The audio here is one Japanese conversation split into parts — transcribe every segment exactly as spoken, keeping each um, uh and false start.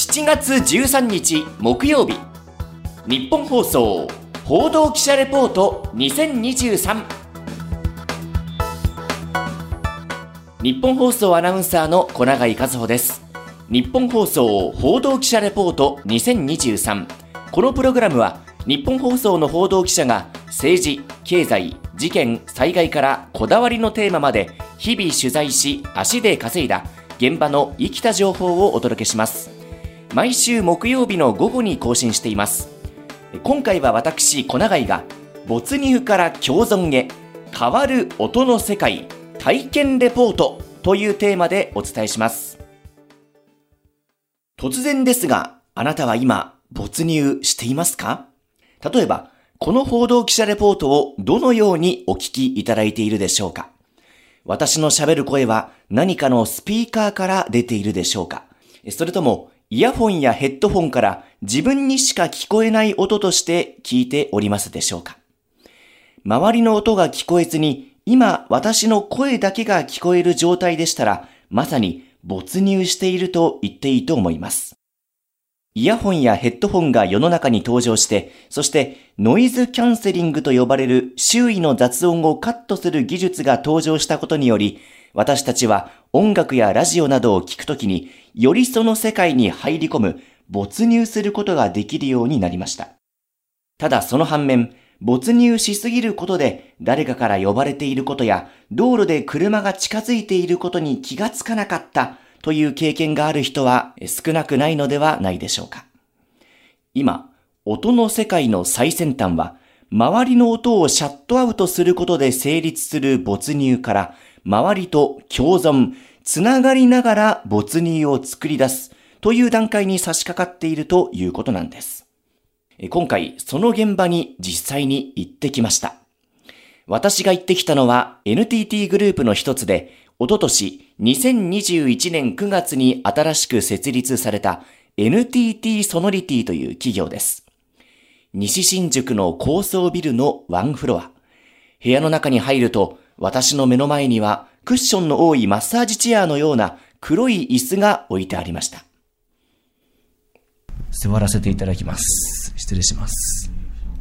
しちがつじゅうさんにち木曜日、日本放送報道記者レポートにせんにじゅうさん。日本放送アナウンサーの小永井和穂です。日本放送報道記者レポートにせんにじゅうさん。このプログラムは日本放送の報道記者が政治、経済、事件、災害からこだわりのテーマまで日々取材し、足で稼いだ現場の生きた情報をお届けします。毎週木曜日の午後に更新しています。今回は私小永井が没入から共存へ変わる音の世界体験レポートというテーマでお伝えします。突然ですが、あなたは今没入していますか？例えばこの報道記者レポートをどのようにお聞きいただいているでしょうか？私の喋る声は何かのスピーカーから出ているでしょうか？それともイヤホンやヘッドホンから自分にしか聞こえない音として聞いておりますでしょうか？周りの音が聞こえずに今私の声だけが聞こえる状態でしたら、まさに没入していると言っていいと思います。イヤホンやヘッドホンが世の中に登場して、そしてノイズキャンセリングと呼ばれる周囲の雑音をカットする技術が登場したことにより、私たちは音楽やラジオなどを聞くときによりその世界に入り込む、没入することができるようになりました。ただその反面、没入しすぎることで誰かから呼ばれていることや道路で車が近づいていることに気がつかなかったという経験がある人は少なくないのではないでしょうか。今、音の世界の最先端は周りの音をシャットアウトすることで成立する没入から周りと共存、つながりながら没入を作り出すという段階に差し掛かっているということなんです。今回その現場に実際に行ってきました。私が行ってきたのは エヌティーティー グループの一つで、おととしにせんにじゅういちねんくがつに新しく設立された エヌティーティー ソノリティという企業です。西新宿の高層ビルのワンフロア。部屋の中に入ると、私の目の前にはクッションの多いマッサージチェアのような黒い椅子が置いてありました。座らせていただきます。失礼します。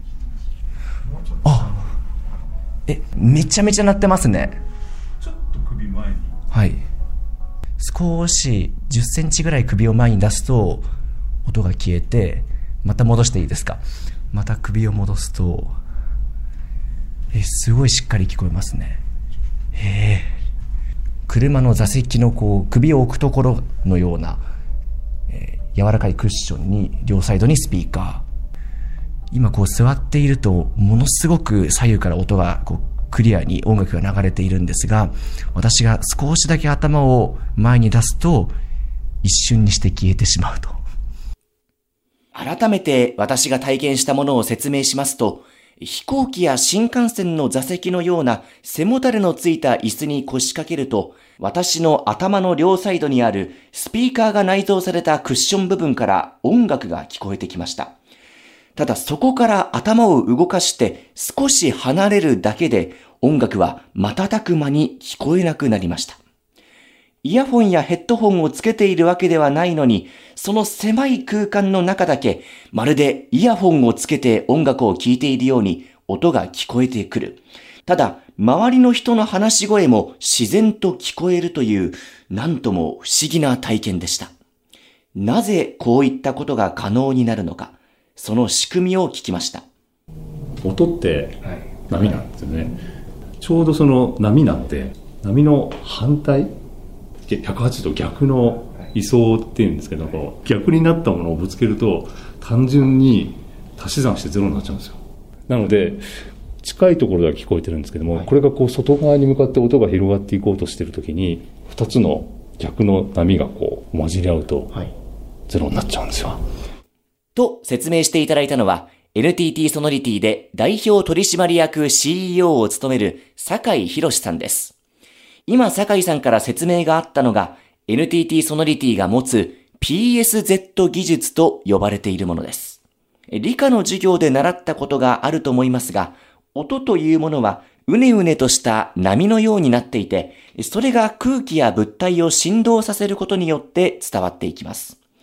あ、え、めちゃめちゃ鳴ってますね。 ちょっと首前に。 はい。少しじゅっセンチぐらい首を前に出すと音が消えて、また戻していいですか？また首を戻すと、え、すごいしっかり聞こえますね。へえ。車の座席のこう首を置くところのような、えー、柔らかいクッションに両サイドにスピーカー。今こう座っているとものすごく左右から音がこうクリアに音楽が流れているんですが、私が少しだけ頭を前に出すと一瞬にして消えてしまうと。改めて私が体験したものを説明しますと、飛行機や新幹線の座席のような背もたれのついた椅子に腰掛けると、私の頭の両サイドにあるスピーカーが内蔵されたクッション部分から音楽が聞こえてきました。ただそこから頭を動かして少し離れるだけで音楽は瞬く間に聞こえなくなりました。イヤホンやヘッドホンをつけているわけではないのに、その狭い空間の中だけまるでイヤホンをつけて音楽を聴いているように音が聞こえてくる。ただ周りの人の話し声も自然と聞こえるという、なんとも不思議な体験でした。なぜこういったことが可能になるのか、その仕組みを聞きました。 音って波なんですよね、はい、ちょうどその波なんて波の反対ひゃくはちじゅうど逆の位相っていうんですけど、こう逆になったものをぶつけると単純に足し算してゼロになっちゃうんですよ。なので近いところでは聞こえてるんですけども、はい、これがこう外側に向かって音が広がっていこうとしているときにふたつの逆の波がこう混じり合うとゼロになっちゃうんですよ、はい、 と説明していただいたのは エヌティーティー ソノリティで代表取締役 シーイーオー を務める酒井宏さんです。今酒井さんから説明があったのが エヌティーティー ソノリティが持つ ピーエスゼット 技術と呼ばれているものです。理科の授業で習ったことがあると思いますが、音というものはうねうねとした波のようになっていて、それが空気や物体を振動させることによって伝わっていきます。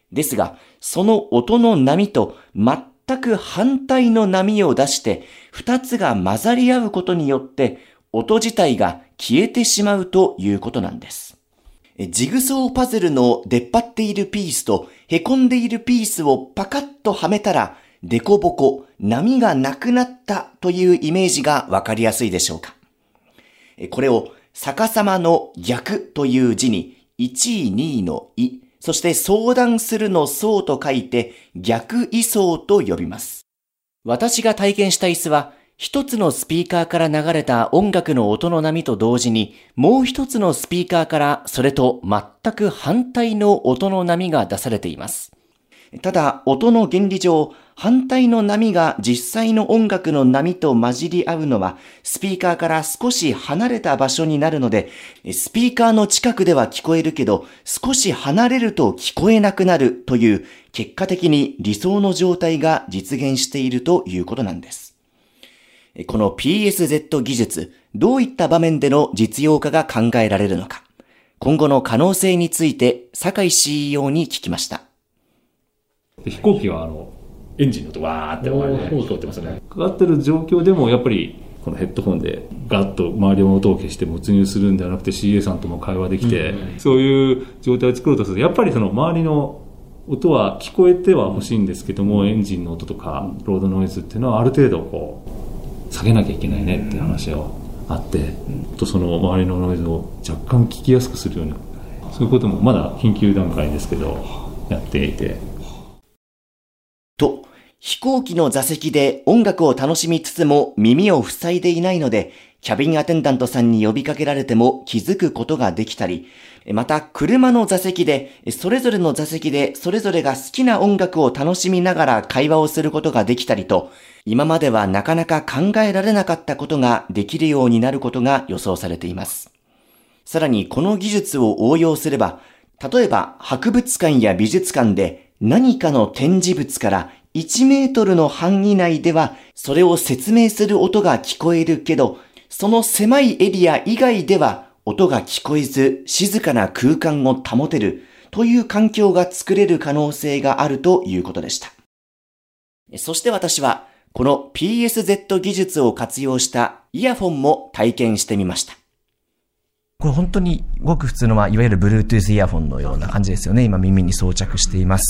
ですが、その音の波と全く反対の波を出して、二つが混ざり合うことによって、音自体が消えてしまうということなんです。ジグソーパズルの出っ張っているピースと凹んでいるピースをパカッとはめたら、デコボコ、波がなくなったというイメージがわかりやすいでしょうか。これを逆さまの逆という字にいちいにいのい、そして相談するの相と書いて逆位相と呼びます。私が体験した椅子は一つのスピーカーから流れた音楽の音の波と同時にもう一つのスピーカーからそれと全く反対の音の波が出されています。ただ音の原理上、反対の波が実際の音楽の波と混じり合うのはスピーカーから少し離れた場所になるので、スピーカーの近くでは聞こえるけど少し離れると聞こえなくなるという結果的に理想の状態が実現しているということなんです。この ピーエスゼット 技術、どういった場面での実用化が考えられるのか、今後の可能性について酒井 シーイーオー に聞きました。 飛行機はあのエンジンの音わーって聞こえてますね。かかってる状況でもやっぱりこのヘッドホンでガッと周りの音を消して没入するんではなくて シーエー さんとも会話できて、うんうん、そういう状態を作ろうとするとやっぱりその周りの音は聞こえては欲しいんですけども、エンジンの音とかロードノイズっていうのはある程度こう下げなきゃいけないねっていう話があって、うん、とその周りのノイズを若干聞きやすくするように、そういうこともまだ緊急段階ですけどやっていて。 と、飛行機の座席で音楽を楽しみつつも耳を塞いでいないので、キャビンアテンダントさんに呼びかけられても気づくことができたり、また車の座席で、それぞれの座席でそれぞれが好きな音楽を楽しみながら会話をすることができたりと、今まではなかなか考えられなかったことができるようになることが予想されています。さらにこの技術を応用すれば、例えば博物館や美術館で何かの展示物からいちメートルの範囲内ではそれを説明する音が聞こえるけど、その狭いエリア以外では音が聞こえず静かな空間を保てるという環境が作れる可能性があるということでした。そして私はこの ピーエスゼット 技術を活用したイヤフォンも体験してみました。これ本当にごく普通の、まあ、いわゆる Bluetooth イヤフォンのような感じですよね。今耳に装着しています。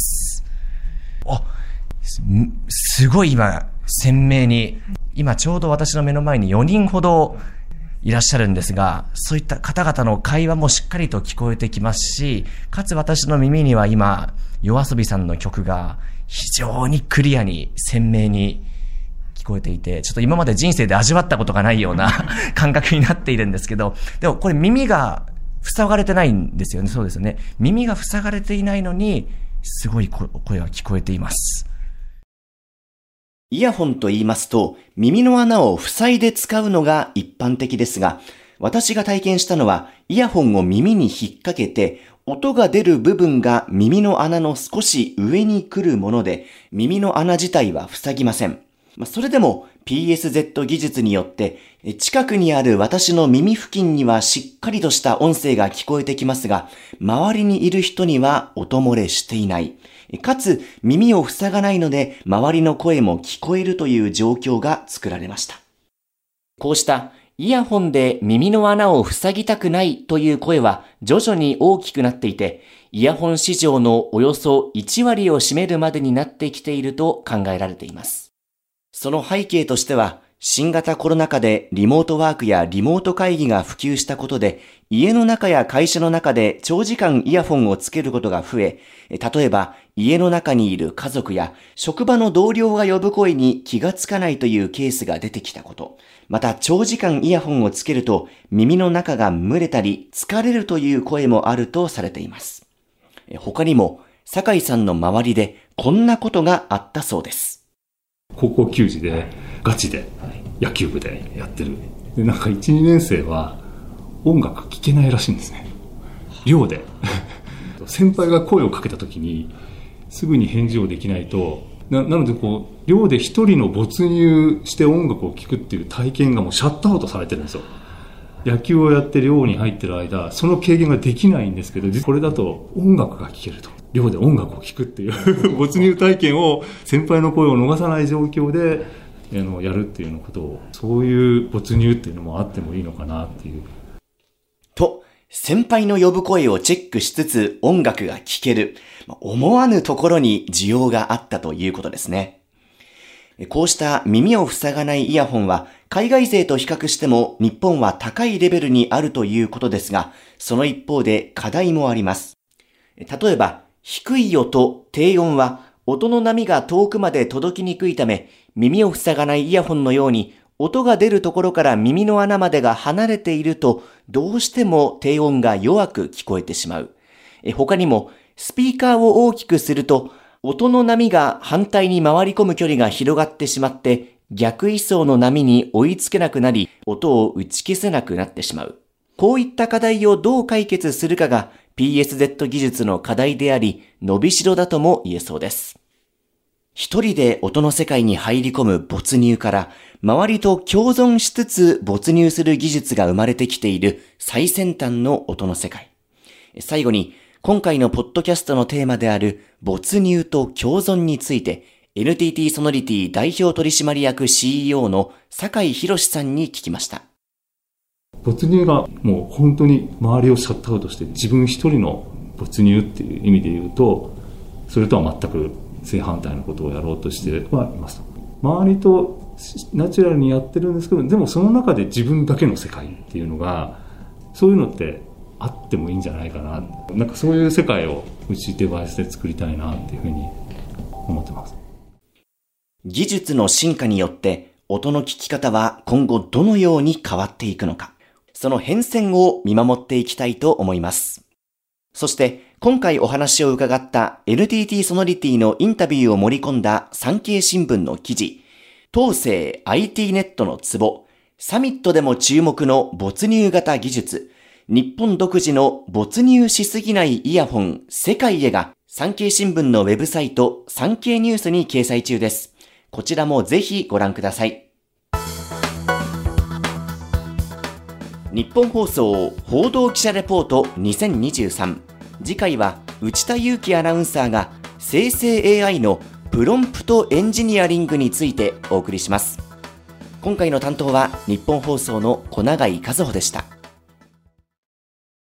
あ、す, すごい今鮮明に、今ちょうど私の目の前によにんほどいらっしゃるんですが、そういった方々の会話もしっかりと聞こえてきますし、かつ私の耳には今YOASOBIさんの曲が非常にクリアに鮮明に聞こえていて、ちょっと今まで人生で味わったことがないような感覚になっているんですけど、でもこれ耳が塞がれてないんですよね。そうですよね。耳が塞がれていないのにすごい声が聞こえています。イヤホンと言いますと、耳の穴を塞いで使うのが一般的ですが、私が体験したのは、イヤホンを耳に引っ掛けて、音が出る部分が耳の穴の少し上に来るもので、耳の穴自体は塞ぎません。それでも ピーエスゼット 技術によって、近くにある私の耳付近にはしっかりとした音声が聞こえてきますが、周りにいる人には音漏れしていない。かつ耳を塞がないので周りの声も聞こえるという状況が作られました。こうしたイヤホンで耳の穴を塞ぎたくないという声は徐々に大きくなっていて、イヤホン市場のおよそいちわりを占めるまでになってきていると考えられています。その背景としては、新型コロナ禍でリモートワークやリモート会議が普及したことで、家の中や会社の中で長時間イヤホンをつけることが増え、例えば家の中にいる家族や職場の同僚が呼ぶ声に気がつかないというケースが出てきたこと、また長時間イヤホンをつけると耳の中が蒸れたり疲れるという声もあるとされています。他にも酒井さんの周りでこんなことがあったそうです。 高校球児でガチで野球部でやってる。でなんかいち、にねん生は音楽聴けないらしいんですね。寮で先輩が声をかけた時にすぐに返事をできないと、な, なのでこう寮で一人の没入して音楽を聴くっていう体験がもうシャットアウトされてるんですよ。野球をやって寮に入ってる間その経験ができないんですけど、これだと音楽が聴けると。 寮で音楽を聴くっていう没入体験を、先輩の声を逃さない状況であのやるっていうのことを、そういう没入っていうのもあってもいいのかなっていう。 と、先輩の呼ぶ声をチェックしつつ音楽が聴ける、思わぬところに需要があったということですね。こうした耳を塞がないイヤホンは海外勢と比較しても日本は高いレベルにあるということですが、その一方で課題もあります。例えば低い音、低音は音の波が遠くまで届きにくいため、耳を塞がないイヤホンのように音が出るところから耳の穴までが離れていると、どうしても低音が弱く聞こえてしまう。他にもスピーカーを大きくすると音の波が反対に回り込む距離が広がってしまって、逆位相の波に追いつけなくなり、音を打ち消せなくなってしまう。こういった課題をどう解決するかが ピーエスゼット 技術の課題であり、伸びしろだとも言えそうです。一人で音の世界に入り込む没入から、周りと共存しつつ没入する技術が生まれてきている最先端の音の世界。最後に、今回のポッドキャストのテーマである没入と共存について エヌティーティー ソノリティ代表取締役 シーイーオー の酒井宏さんに聞きました。 没入がもう本当に周りをシャットアウトして自分一人の没入っていう意味で言うと、それとは全く正反対のことをやろうとしてはいます。周りとナチュラルにやってるんですけど、でもその中で自分だけの世界っていうのが、そういうのってあってもいいんじゃないかな。なんかそういう世界をうちデバイスで作りたいなっていうふうに思ってます。 技術の進化によって音の聞き方は今後どのように変わっていくのか、その変遷を見守っていきたいと思います。そして今回お話を伺った エヌティーティー ソノリティのインタビューを盛り込んだ産経新聞の記事、東西 アイティー ネットのツボ、サミットでも注目の没入型技術、日本独自の没入しすぎないイヤホン世界へが産経新聞のウェブサイト産経ニュースに掲載中です。こちらもぜひご覧ください。日本放送報道記者レポートにせんにじゅうさん。次回は内田裕樹アナウンサーが生成 エーアイ のプロンプトエンジニアリングについてお送りします。今回の担当は日本放送の小永井和穂でした。